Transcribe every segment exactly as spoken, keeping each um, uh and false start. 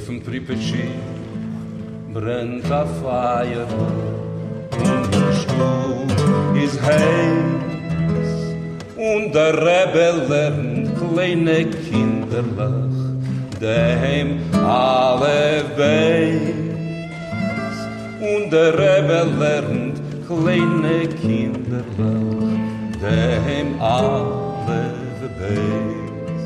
von Pripyat brennt a fire und der Stuhl ist heiß und der Rebbe lernt kleine Kinderlach dem alle weiß und der Rebbe lernt kleine Kinderlach dem alle weiß.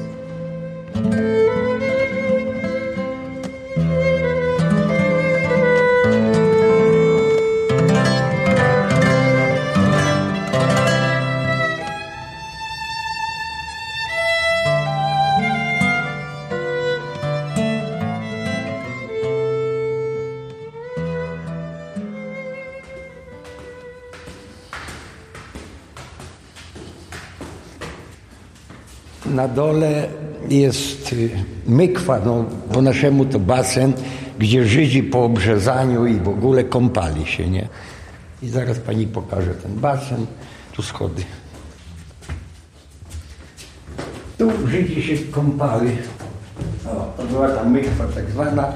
Na dole jest mykwa, no, po naszemu to basen, gdzie Żydzi po obrzezaniu i w ogóle kąpali się, nie? I zaraz pani pokaże ten basen, tu schody. Tu Żydzi się kąpali. O, to była ta mykwa tak zwana.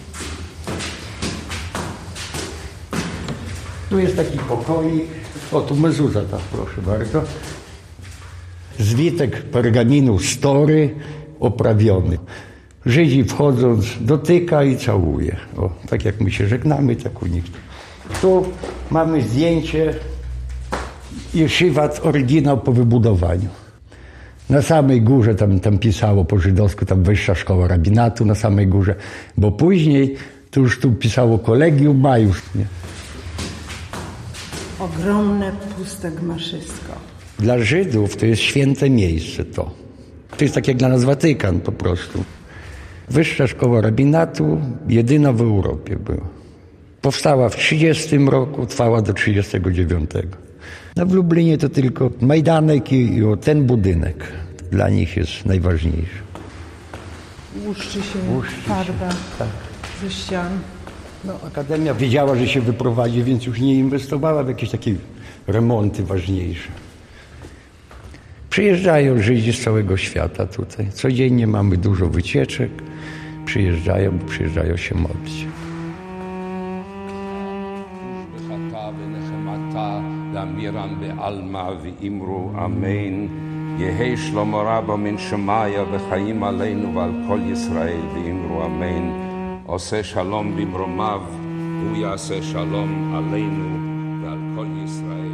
Tu jest taki pokoik. O, tu mezuza, tak, proszę bardzo. Zwitek pergaminu story oprawiony. Żydzi wchodząc dotyka i całuje. O, tak jak my się żegnamy, tak u nich. Tu mamy zdjęcie jesziwat, oryginał po wybudowaniu. Na samej górze tam, tam pisało po żydowsku, tam wyższa szkoła rabinatu na samej górze, bo później to już tu pisało kolegium Majusz. Nie? Ogromne, puste gmaszysko. Dla Żydów to jest święte miejsce to. To jest tak jak dla nas Watykan po prostu. Wyższa szkoła rabinatu, jedyna w Europie była. Powstała w trzydziestym roku, trwała do trzydziestego dziewiątego. No w Lublinie to tylko Majdanek i, i o, ten budynek dla nich jest najważniejszy. Łuszczy się Łuszczy farba się, tak. ze ścian. No, Akademia wiedziała, że się wyprowadzi, więc już nie inwestowała w jakieś takie remonty ważniejsze. Przyjeżdżają Żydzi z całego świata tutaj. Codziennie mamy dużo wycieczek. Przyjeżdżają, bo przyjeżdżają się modlić. לאמירם בעלמא ואמרו אמן. יהי שלמה רבא מן שמיה וחיים עלינו ועל כל ישראל ואמרו אמן. עושה שלום במרומיו הוא יעשה שלום עלינו ועל כל ישראל.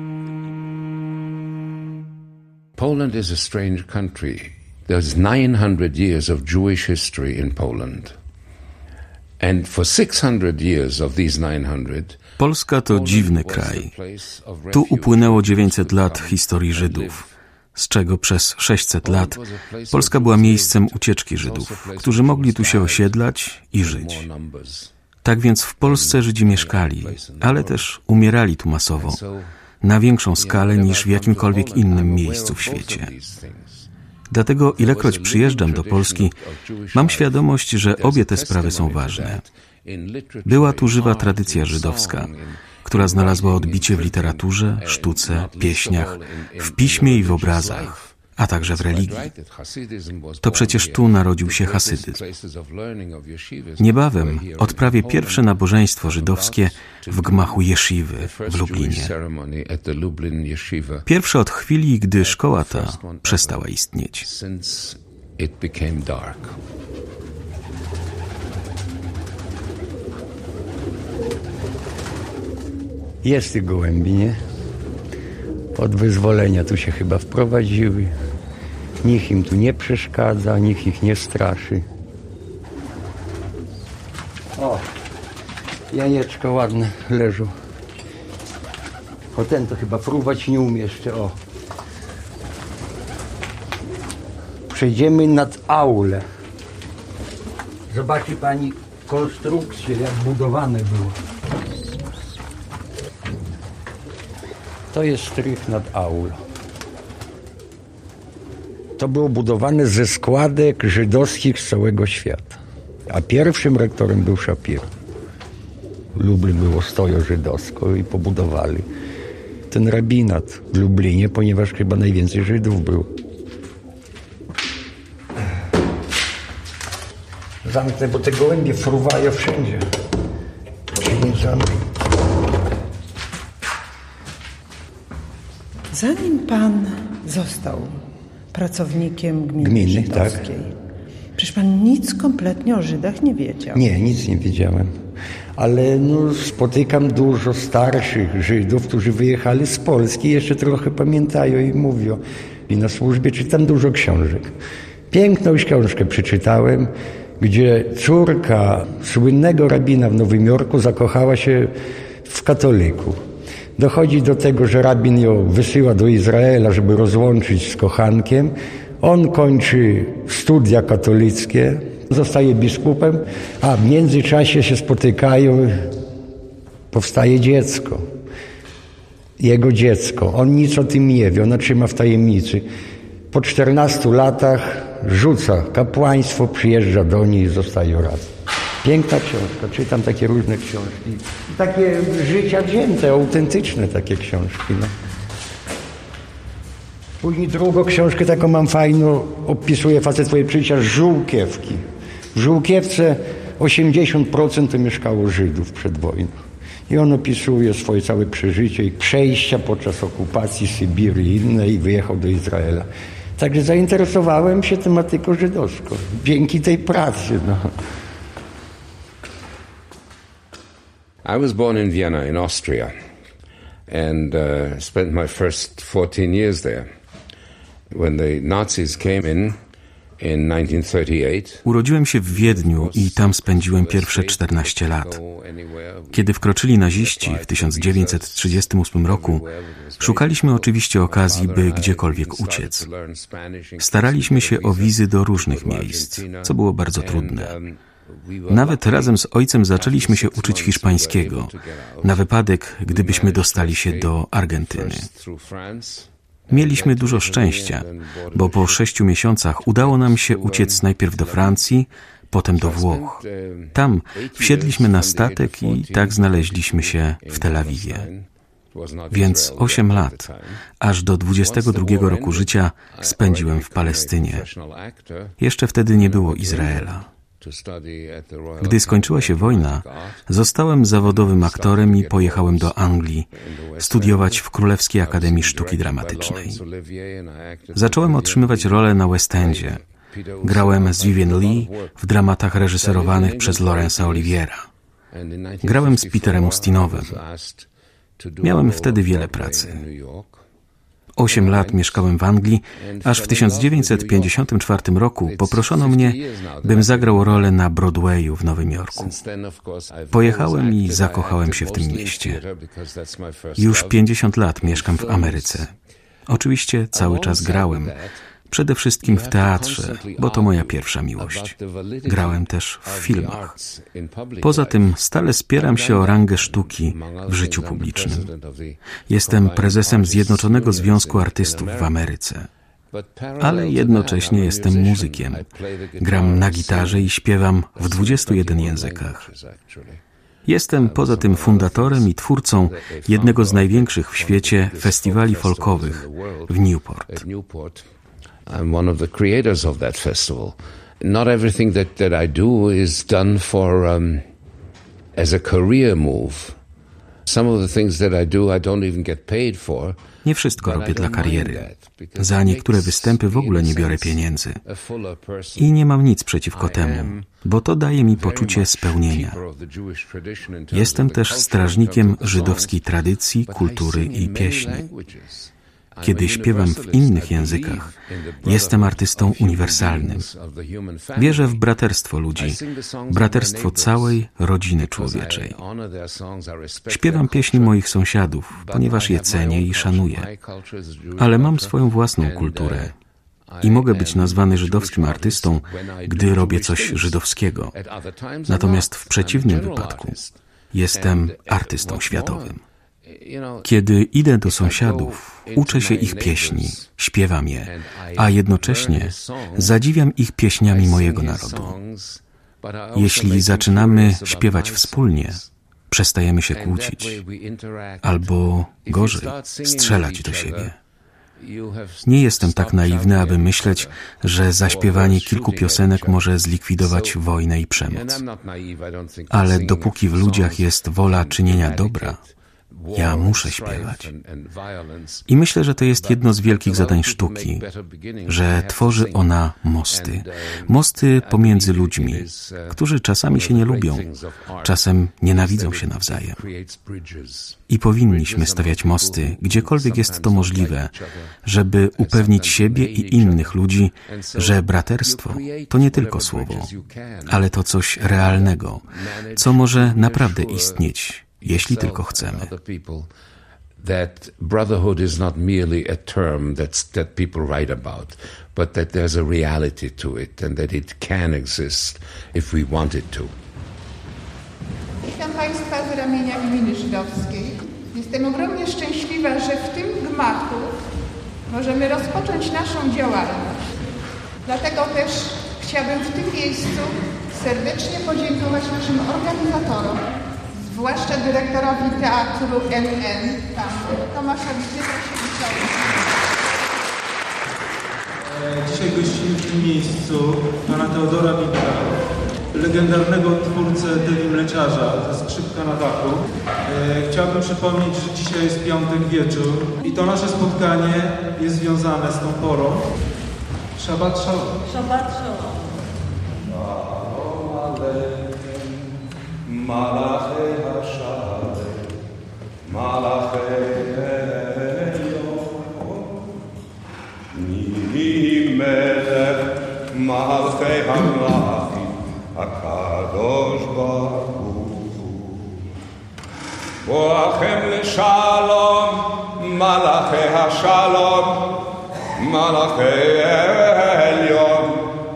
Poland is a strange country. There's nine hundred years of Jewish history in Poland. And for six hundred years of these nine hundred, Polska to dziwny kraj. Tu upłynęło dziewięćset lat historii Żydów, z czego przez sześćset lat Polska była miejscem ucieczki Żydów, którzy mogli tu się osiedlać i żyć. Tak więc w Polsce Żydzi mieszkali, ale też umierali tu masowo, na większą skalę niż w jakimkolwiek innym miejscu w świecie. Dlatego ilekroć przyjeżdżam do Polski, mam świadomość, że obie te sprawy są ważne. Była tu żywa tradycja żydowska, która znalazła odbicie w literaturze, sztuce, pieśniach, w piśmie i w obrazach, a także w religii. To przecież tu narodził się hasydyzm. Niebawem odprawię pierwsze nabożeństwo żydowskie w gmachu jesziwy w Lublinie. Pierwsze od chwili, gdy szkoła ta przestała istnieć. Jest tych gołębi, nie? Od wyzwolenia tu się chyba wprowadziły. Nikt im tu nie przeszkadza, nikt ich nie straszy. O, jajeczka ładne leżą. O, ten to chyba fruwać nie umie jeszcze, o. Przejdziemy nad aulę. Zobaczy pani konstrukcję, jak budowane było. To jest strych nad aulą. To było budowane ze składek żydowskich z całego świata. A pierwszym rektorem był Szapiro. Lublin było stojo żydowsko i pobudowali ten rabinat w Lublinie, ponieważ chyba najwięcej Żydów było. zamknę, bo te gołębie fruwają wszędzie. Czyli zamknę. Zanim pan został pracownikiem gminy, Gminy, żydowskiej, tak. Przecież pan nic kompletnie o Żydach nie wiedział. Nie, nic nie wiedziałem. Ale no, spotykam dużo starszych Żydów, którzy wyjechali z Polski, jeszcze trochę pamiętają i mówią. I na służbie czytam dużo książek. Piękną książkę przeczytałem, gdzie córka słynnego rabina w Nowym Jorku zakochała się w katoliku. Dochodzi do tego, że rabin ją wysyła do Izraela, żeby rozłączyć z kochankiem. On kończy studia katolickie, zostaje biskupem, a w międzyczasie się spotykają, powstaje dziecko. Jego dziecko. On nic o tym nie wie, ona trzyma w tajemnicy. Po czternastu latach rzuca kapłaństwo, przyjeżdża do niej i zostaje razem. Piękna książka, czytam takie różne książki. Takie życia wzięte, autentyczne takie książki. No. Później drugą książkę taką mam fajną, opisuje facet swoje przyjścia z Żółkiewki. W Żółkiewce osiemdziesiąt procent to mieszkało Żydów przed wojną. I on opisuje swoje całe przeżycie i przejścia podczas okupacji Sybiru i inne i wyjechał do Izraela. Także zainteresowałem się tematyką żydowską. Dzięki tej pracy. No. I was born in Vienna, in Austria, and uh, spent my first fourteen years there. When the Nazis came in in nineteen thirty-eight. Urodziłem się w Wiedniu i tam spędziłem pierwsze czternaście lat. Kiedy wkroczyli naziści w tysiąc dziewięćset trzydziestym ósmym roku, szukaliśmy oczywiście okazji, by gdziekolwiek uciec. Staraliśmy się o wizy do różnych miejsc, co było bardzo trudne. Nawet razem z ojcem zaczęliśmy się uczyć hiszpańskiego, na wypadek, gdybyśmy dostali się do Argentyny. Mieliśmy dużo szczęścia, bo po sześciu miesiącach udało nam się uciec najpierw do Francji, potem do Włoch. Tam wsiedliśmy na statek i tak znaleźliśmy się w Tel Awiwie. Więc osiem lat, aż do dwudziestego drugiego roku życia spędziłem w Palestynie. Jeszcze wtedy nie było Izraela. Gdy skończyła się wojna, zostałem zawodowym aktorem i pojechałem do Anglii studiować w Królewskiej Akademii Sztuki Dramatycznej. Zacząłem otrzymywać role na West Endzie. Grałem z Vivien Leigh w dramatach reżyserowanych przez Laurence'a Oliviera. Grałem z Peterem Ustinowem. Miałem wtedy wiele pracy. Osiem lat mieszkałem w Anglii, aż w tysiąc dziewięćset pięćdziesiątym czwartym roku poproszono mnie, bym zagrał rolę na Broadwayu w Nowym Jorku. Pojechałem i zakochałem się w tym mieście. Już pięćdziesiąt lat mieszkam w Ameryce. Oczywiście cały czas grałem. Przede wszystkim w teatrze, bo to moja pierwsza miłość. Grałem też w filmach. Poza tym stale spieram się o rangę sztuki w życiu publicznym. Jestem prezesem Zjednoczonego Związku Artystów w Ameryce. Ale jednocześnie jestem muzykiem. Gram na gitarze i śpiewam w dwudziestu jeden językach. Jestem poza tym fundatorem i twórcą jednego z największych w świecie festiwali folkowych w Newport. I'm one of the creators of that festival. Not everything that, that I do is done for um, as a career move. Some of the things that I do I don't even get paid for. Nie wszystko robię dla kariery. Za niektóre występy w ogóle nie biorę pieniędzy. I nie mam nic przeciwko temu, bo to daje mi poczucie spełnienia. Jestem też strażnikiem żydowskiej tradycji, kultury i pieśni. Kiedy śpiewam w innych językach, jestem artystą uniwersalnym. Wierzę w braterstwo ludzi, braterstwo całej rodziny człowieczej. Śpiewam pieśni moich sąsiadów, ponieważ je cenię i szanuję. Ale mam swoją własną kulturę i mogę być nazwany żydowskim artystą, gdy robię coś żydowskiego. Natomiast w przeciwnym wypadku jestem artystą światowym. Kiedy idę do sąsiadów, uczę się ich pieśni, śpiewam je, a jednocześnie zadziwiam ich pieśniami mojego narodu. Jeśli zaczynamy śpiewać wspólnie, przestajemy się kłócić, albo gorzej, strzelać do siebie. Nie jestem tak naiwny, aby myśleć, że zaśpiewanie kilku piosenek może zlikwidować wojnę i przemoc. Ale dopóki w ludziach jest wola czynienia dobra, ja muszę śpiewać. I myślę, że to jest jedno z wielkich zadań sztuki, że tworzy ona mosty. Mosty pomiędzy ludźmi, którzy czasami się nie lubią, czasem nienawidzą się nawzajem. I powinniśmy stawiać mosty, gdziekolwiek jest to możliwe, żeby upewnić siebie i innych ludzi, że braterstwo to nie tylko słowo, ale to coś realnego, co może naprawdę istnieć, jeśli tylko chcemy. That brotherhood is not merely a term that's, that people write about, but that there's a reality to it and that it can exist if we want it to. Witam Państwa z ramienia gminy żydowskiej. Jestem ogromnie szczęśliwa, że w tym gmachu możemy rozpocząć naszą działalność. Dlatego też chciałabym w tym miejscu serdecznie podziękować naszym organizatorom, zwłaszcza dyrektorowi Teatru N N, tam Tomaszowi Tytasiewiczowi. Dzisiaj gościmy w tym miejscu pana Teodora Wiktora, legendarnego twórcę Dyni Mleczarza ze Skrzypka na dachu. E, chciałbym przypomnieć, że dzisiaj jest piątek wieczór i to nasze spotkanie jest związane z tą porą. Szabat Szalom. Szabat Szalom. Malachi Hashalem, Malachi Elyon, Ni Melech Malchei Hamlachim, HaKadosh Baruch Hu. Boachem leShalom, Malachi Hashalom, Malachi Elyon,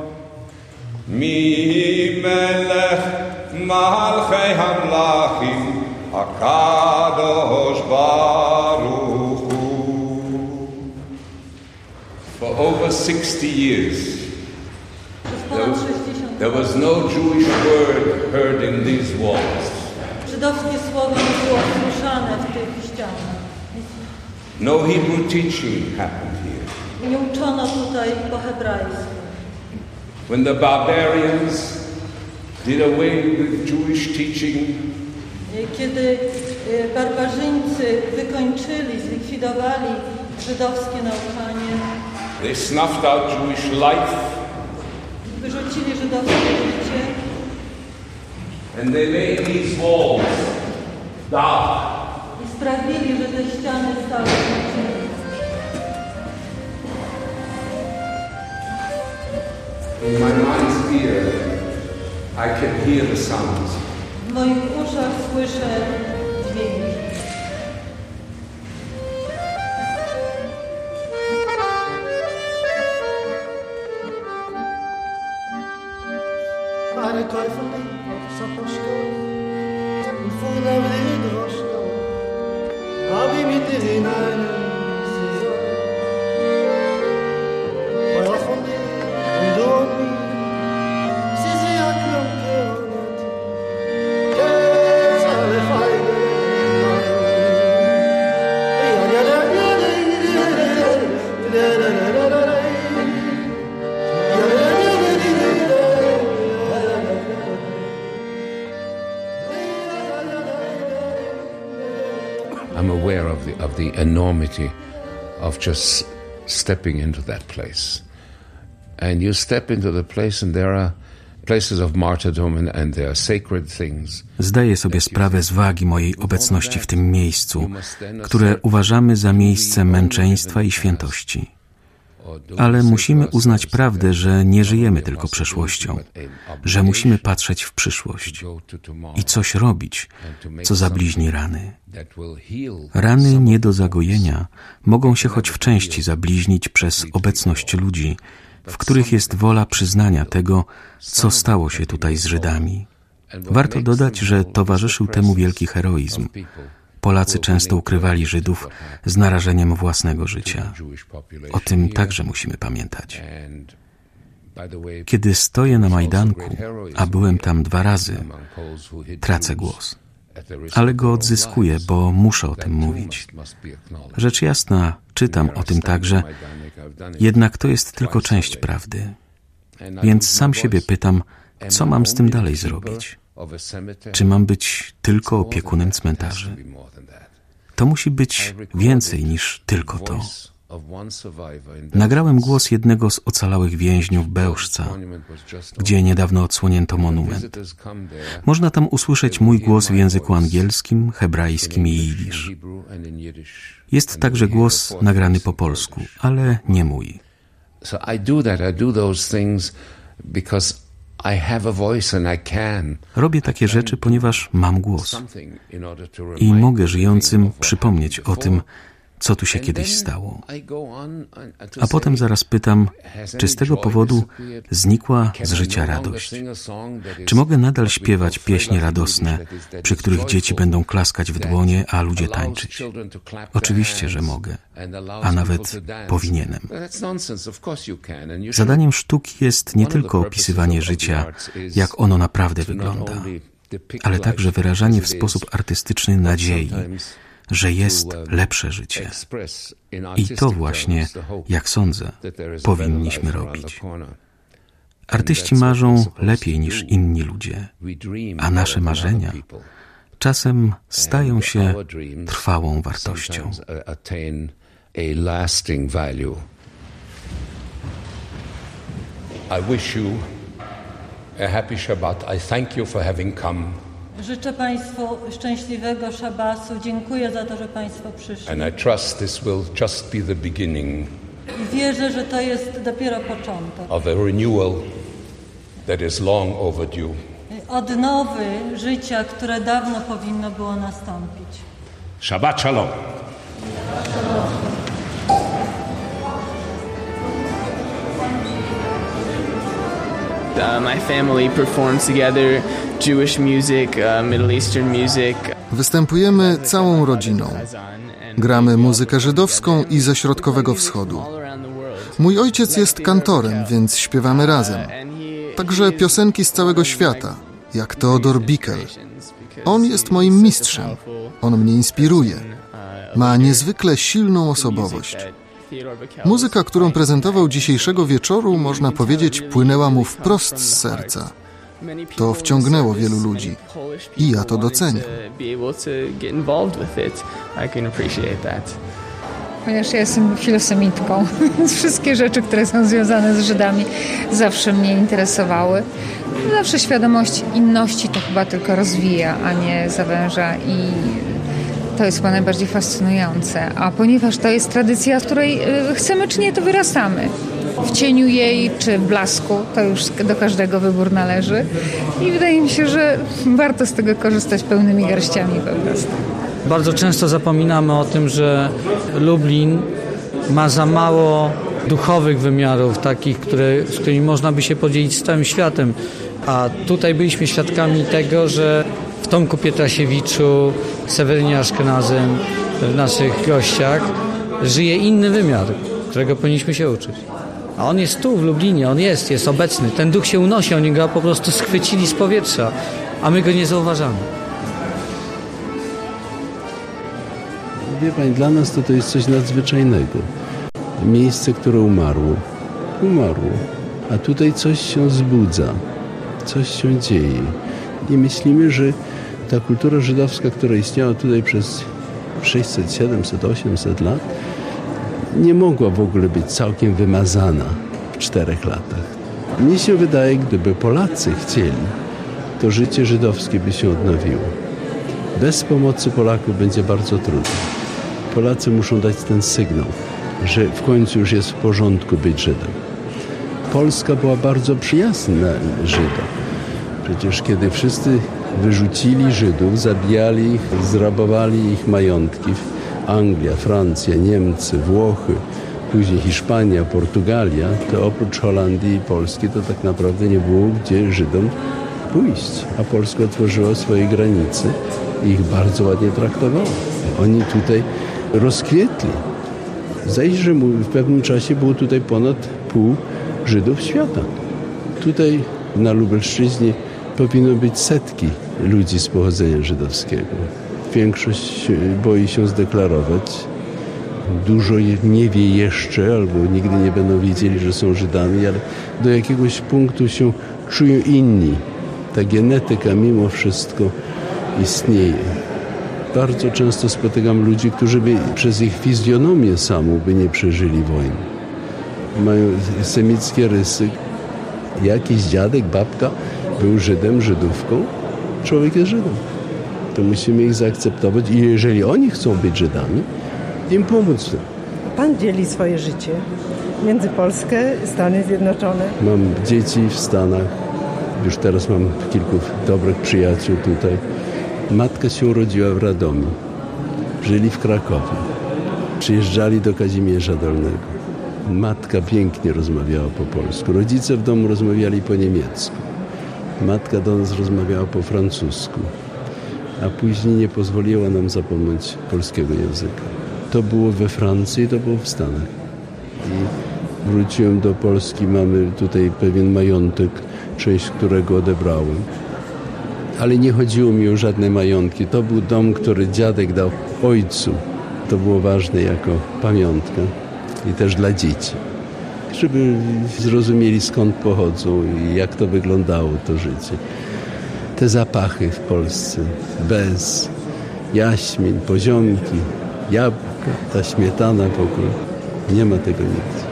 Mi Melech Malchei Hamlachim, HaKadosh Baruch Hu. For over sixty years, there was, there was no Jewish word heard in these walls. Żydowskie słowo nie było słyszane w tych ścianach. No Hebrew teaching happened here. Nie uczono tutaj po hebrajsku. When the barbarians did away with Jewish teaching, kiedy barbarzyńcy wykończyli, zlikwidowali żydowskie nauczanie, they snuffed out Jewish life, wyrzucili żydowskie życie, and they made these walls dark. I sprawili, że te ściany stały się ciemne. In my mind's ear, I can hear the sounds. W moich uszach słyszę dźwięki. Meine Teufel Saposchko und von der Droschko hab ich mit dir hinein Saison. Euer von dir und du und mir sie sie hat lang gehört. Jetzt alle Feige ja ja ja I'm aware of the of the enormity of just stepping into that place. And you step into the place and there are places of martyrdom and, and there are sacred things. Zdaję sobie sprawę z wagi mojej obecności w tym miejscu, które uważamy za miejsce męczeństwa i świętości. Ale musimy uznać prawdę, że nie żyjemy tylko przeszłością, że musimy patrzeć w przyszłość i coś robić, co zabliźni rany. Rany nie do zagojenia mogą się choć w części zabliźnić przez obecność ludzi, w których jest wola przyznania tego, co stało się tutaj z Żydami. Warto dodać, że towarzyszył temu wielki heroizm. Polacy często ukrywali Żydów z narażeniem własnego życia. O tym także musimy pamiętać. Kiedy stoję na Majdanku, a byłem tam dwa razy, tracę głos. Ale go odzyskuję, bo muszę o tym mówić. Rzecz jasna, czytam o tym także, jednak to jest tylko część prawdy. Więc sam siebie pytam, co mam z tym dalej zrobić? Czy mam być tylko opiekunem cmentarzy? To musi być więcej niż tylko to. Nagrałem głos jednego z ocalałych więźniów Bełżca, gdzie niedawno odsłonięto monument. Można tam usłyszeć mój głos w języku angielskim, hebrajskim i jidysz. Jest także głos nagrany po polsku, ale nie mój. Robię takie rzeczy, ponieważ mam głos i mogę żyjącym przypomnieć o tym, co tu się kiedyś stało. A potem zaraz pytam, czy z tego powodu znikła z życia radość? Czy mogę nadal śpiewać pieśni radosne, przy których dzieci będą klaskać w dłonie, a ludzie tańczyć? Oczywiście, że mogę, a nawet powinienem. Zadaniem sztuki jest nie tylko opisywanie życia, jak ono naprawdę wygląda, ale także wyrażanie w sposób artystyczny nadziei, że jest lepsze życie. I to właśnie, jak sądzę, powinniśmy robić. Artyści marzą lepiej niż inni ludzie, a nasze marzenia czasem stają się trwałą wartością. I wish you a happy Shabbat. I thank you for having come. Życzę Państwu szczęśliwego szabasu. Dziękuję za to, że Państwo przyszli. And I trust this will just be the beginning. I wierzę, że to jest dopiero początek. Of a renewal that is long overdue. Odnowy życia, które dawno powinno było nastąpić. Shabbat shalom. Uh, my family performs together Jewish music, uh, Middle Eastern music. Występujemy całą rodziną. Gramy muzykę żydowską i ze Środkowego Wschodu. Mój ojciec jest kantorem, więc śpiewamy razem. Także piosenki z całego świata, jak Theodor Bickel. On jest moim mistrzem. On mnie inspiruje. Ma niezwykle silną osobowość. Muzyka, którą prezentował dzisiejszego wieczoru, można powiedzieć, płynęła mu wprost z serca. To wciągnęło wielu ludzi i ja to doceniam. Ponieważ ja jestem filosemitką, więc wszystkie rzeczy, które są związane z Żydami, zawsze mnie interesowały. Zawsze świadomość inności to chyba tylko rozwija, a nie zawęża i to jest chyba najbardziej fascynujące. A ponieważ to jest tradycja, z której chcemy czy nie, to wyrastamy. W cieniu jej czy w blasku, to już do każdego wybór należy. I wydaje mi się, że warto z tego korzystać pełnymi garściami po prostu. Bardzo często zapominamy o tym, że Lublin ma za mało duchowych wymiarów, takich, które, z którymi można by się podzielić z całym światem. A tutaj byliśmy świadkami tego, że w Tomku Pietrasiewiczu, Sewerynie Aszkenazem, w naszych gościach żyje inny wymiar, którego powinniśmy się uczyć. A on jest tu, w Lublinie, on jest, jest obecny. Ten duch się unosi, oni go po prostu schwycili z powietrza, a my go nie zauważamy. Wie Pani, dla nas to, to jest coś nadzwyczajnego. Miejsce, które umarło, umarło, a tutaj coś się zbudza, coś się dzieje. I myślimy, że ta kultura żydowska, która istniała tutaj przez sześćset, siedemset, osiemset lat, nie mogła w ogóle być całkiem wymazana w czterech latach. Mnie się wydaje, gdyby Polacy chcieli, to życie żydowskie by się odnowiło. Bez pomocy Polaków będzie bardzo trudno. Polacy muszą dać ten sygnał, że w końcu już jest w porządku być Żydem. Polska była bardzo przyjazna Żydom. Przecież kiedy wszyscy wyrzucili Żydów, zabijali ich, zrabowali ich majątki, Anglia, Francja, Niemcy, Włochy, później Hiszpania, Portugalia, to oprócz Holandii i Polski to tak naprawdę nie było gdzie Żydom pójść. A Polska otworzyła swoje granice i ich bardzo ładnie traktowała. Oni tutaj rozkwietli. Zdaje się, że w pewnym czasie było tutaj ponad pół Żydów świata. Tutaj na Lubelszczyźnie powinno być setki ludzi z pochodzenia żydowskiego. Większość boi się zdeklarować dużo nie wie jeszcze, albo nigdy nie będą wiedzieli, że są Żydami, ale do jakiegoś punktu się czują inni. Ta genetyka mimo wszystko istnieje. Bardzo często spotykam ludzi, którzy by przez ich fizjonomię samą by nie przeżyli wojny. Mają semickie rysy. Jakiś dziadek, babka był Żydem, Żydówką. Człowiek jest Żydem. To musimy ich zaakceptować i jeżeli oni chcą być Żydami, im pomóc w tym. Pan dzieli swoje życie między Polskę i Stany Zjednoczone. Mam dzieci w Stanach. Już teraz mam kilku dobrych przyjaciół tutaj. Matka się urodziła w Radomiu. Żyli w Krakowie. Przyjeżdżali do Kazimierza Dolnego. Matka pięknie rozmawiała po polsku. Rodzice w domu rozmawiali po niemiecku. Matka do nas rozmawiała po francusku. A później nie pozwoliła nam zapomnieć polskiego języka. To było we Francji, to było w Stanach. I wróciłem do Polski. Mamy tutaj pewien majątek, część którego odebrałem. Ale nie chodziło mi o żadne majątki. To był dom, który dziadek dał ojcu. To było ważne jako pamiątka i też dla dzieci. Żeby zrozumieli, skąd pochodzą i jak to wyglądało, to życie. Te zapachy w Polsce. Bez, jaśmin, poziomki, jabłka, ta śmietana w ogóle. Nie ma tego nigdzie.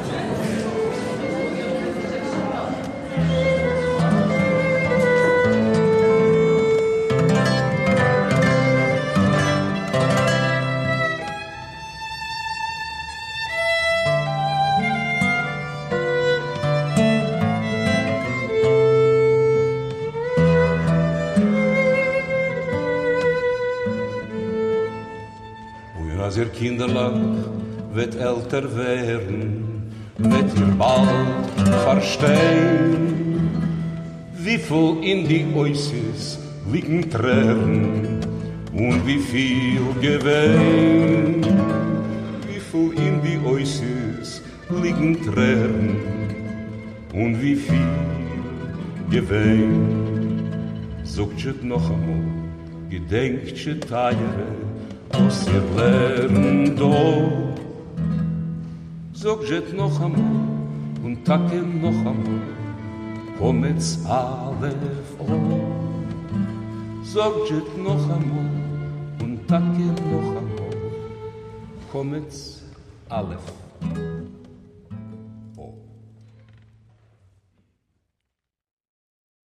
Als ihr kinderlich wird älter werden, wird ihr bald verstehen, wie viel in die Äußers liegen Tränen und wie viel Gewinn. Wie viel in die Äußers liegen Tränen und wie viel Gewinn. Sogt noch einmal, gedenkt Teiere, was ihr lernt dort. Sogt noch einmal und tacken noch einmal, kommt's Alef on. Sogt noch einmal und tacken noch einmal, kommt's Alef.